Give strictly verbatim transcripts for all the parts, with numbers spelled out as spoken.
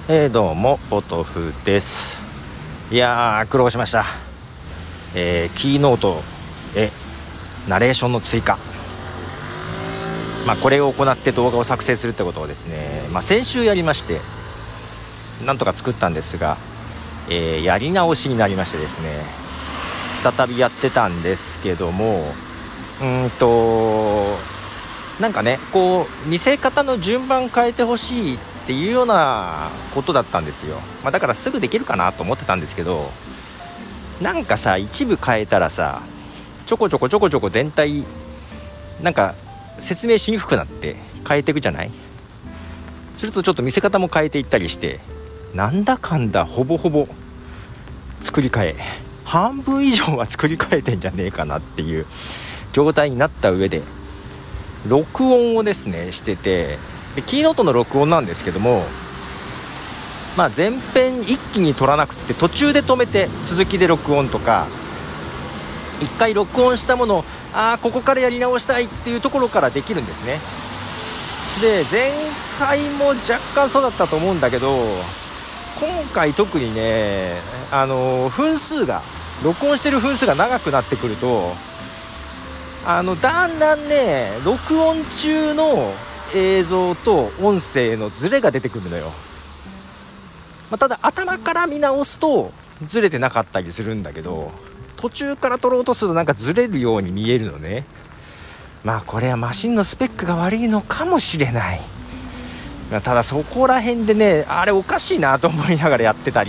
えー、どうもポトフです。いやー苦労しました。えー、キーノートへナレーションの追加、まあ、これを行って動画を作成するってことをですね、まあ、先週やりましてなんとか作ったんですが、えー、やり直しになりましてですね、再びやってたんですけども、うーんとなんかねこう見せ方の順番変えてほしいっていうようなことだったんですよ。まあ、だからすぐできるかなと思ってたんですけど、なんかさ一部変えたらさちょこちょこちょこちょこ全体なんか説明しにくくなって変えていくじゃない。するとちょっと見せ方も変えていったりして、なんだかんだほぼほぼ作り替え半分以上は作り替えてんじゃねえかなっていう状態になった上で録音をですねしてて、でキーノートの録音なんですけども、まあ、前編一気に撮らなくて途中で止めて続きで録音とか、一回録音したものをあーここからやり直したいっていうところからできるんですね。で前回も若干そうだったと思うんだけど、今回特にねあの分数が録音してる分数が長くなってくるとあのだんだんね録音中の映像と音声のズレが出てくるのよ。まあ、ただ頭から見直すとズレてなかったりするんだけど、途中から撮ろうとするとなんかズレるように見えるのね。まあこれはマシンのスペックが悪いのかもしれない。ただそこら辺でねあれおかしいなと思いながらやってたり、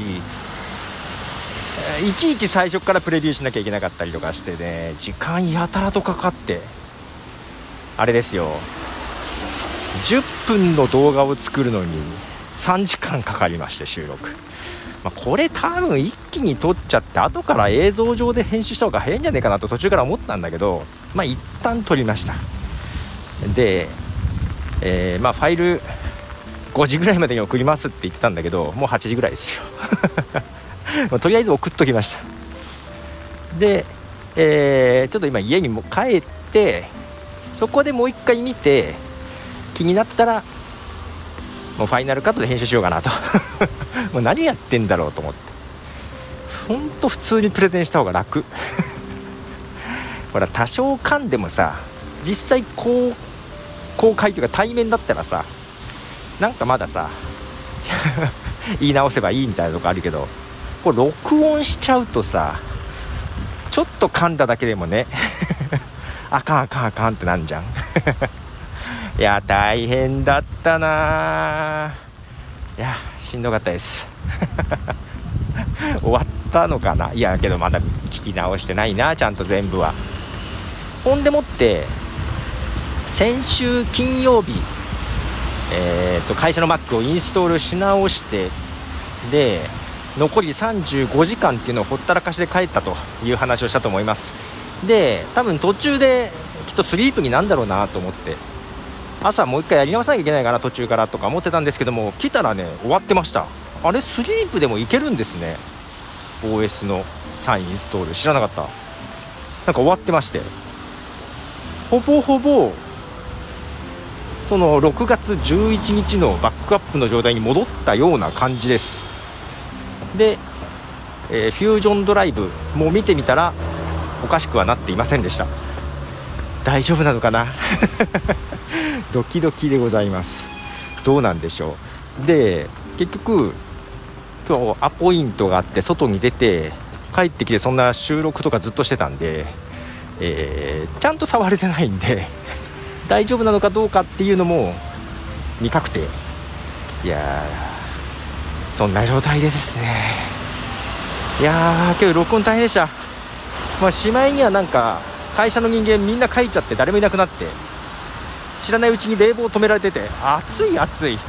いちいち最初からプレビューしなきゃいけなかったりとかしてね、時間やたらとかかって、あれですよじゅっぷんの動画を作るのにさんじかんかかりまして、収録、まあ、これ多分一気に撮っちゃって後から映像上で編集した方が早いんじゃないかなと途中から思ったんだけど、まあ一旦撮りました。で、えー、まあファイルごじぐらいまでに送りますって言ってたんだけど、もうはちじぐらいですよとりあえず送っときました。で、えー、ちょっと今家にも帰ってそこでもう一回見て気になったらもうファイナルカットで編集しようかなともう何やってんだろうと思って、ほんと普通にプレゼンした方が楽ほら多少噛んでもさ実際こう公開というか対面だったらさなんかまださ言い直せばいいみたいなとこあるけど、これ録音しちゃうとさちょっと噛んだだけでもねあかんあかんあかんってなんじゃんいや大変だったな。いやしんどかったです終わったのかな。いやけどまだ聞き直してないなちゃんと全部は。ほんでもって先週金曜日、えー、と会社の Mac をインストールし直して、で残りさんじゅうごじかんっていうのをほったらかしで帰ったという話をしたと思います。で多分途中できっとスリープになんだろうなと思って朝もう一回やり直さなきゃいけないかな途中からとか思ってたんですけども、来たらね終わってました。あれスリープでもいけるんですね。 オーエス のさんインストール知らなかった。なんか終わってまして、ほぼほぼそのろくがつじゅういちにちのバックアップの状態に戻ったような感じです。で、えー、フュージョンドライブも見てみたらおかしくはなっていませんでした。大丈夫なのかなドキドキでございます。どうなんでしょう。で結局今日アポイントがあって外に出て帰ってきてそんな収録とかずっとしてたんで、えー、ちゃんと触れてないんで大丈夫なのかどうかっていうのも未確定。いやーそんな状態でですね、いやー今日録音大変でした。まあしまいにはなんか会社の人間みんな帰っちゃって誰もいなくなって、知らないうちに冷房止められてて暑い暑いい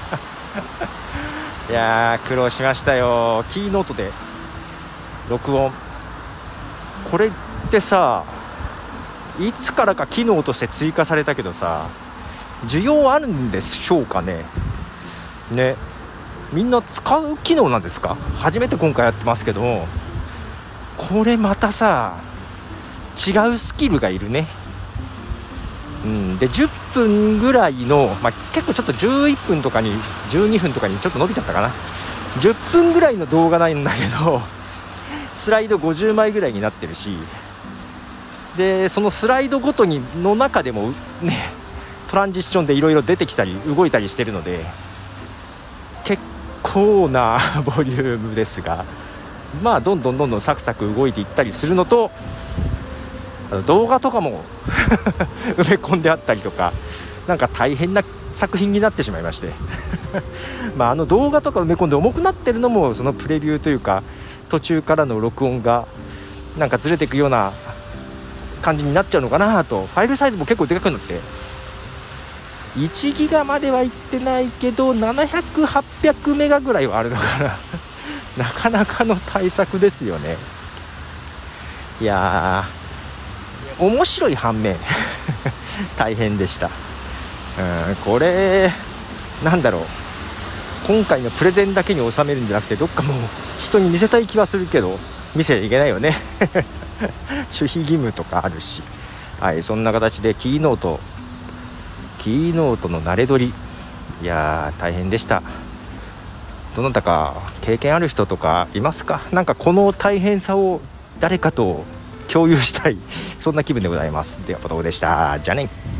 やー苦労しましたよ。キーノートで録音、これってさいつからか機能として追加されたけどさ需要あるんでしょうかね。ね、みんな使う機能なんですか。初めて今回やってますけども、これまたさ違うスキルがいるね。 うん、でじゅっぷんぐらいの、まあ、結構ちょっとじゅういっぷんとかにじゅうにふんとかにちょっと伸びちゃったかな。じゅっぷんぐらいの動画なんだけどスライドごじゅうまいぐらいになってるし、でそのスライドごとにの中でもねトランジッションでいろいろ出てきたり動いたりしてるので結構なボリュームですが、まあどんどんどんどんサクサク動いていったりするのと、あの動画とかも埋め込んであったりとか、なんか大変な作品になってしまいましてまああの動画とか埋め込んで重くなってるのもそのプレビューというか途中からの録音がなんかずれていくような感じになっちゃうのかなと。ファイルサイズも結構でかくなっていちギガまではいってないけどななひゃく、はっぴゃくメガぐらいはあるのかななかなかの対策ですよね。いやー面白い反面大変でした。うん、これなんだろう、今回のプレゼンだけに収めるんじゃなくてどっかもう人に見せたい気はするけど見せちゃいけないよね守秘義務とかあるし、はい、そんな形でキーノートキーノートの慣れ取り、いやー大変でした。どなたか経験ある人とかいますか？なんかこの大変さを誰かと共有したいそんな気分でございます。ではポトフでした。じゃあね。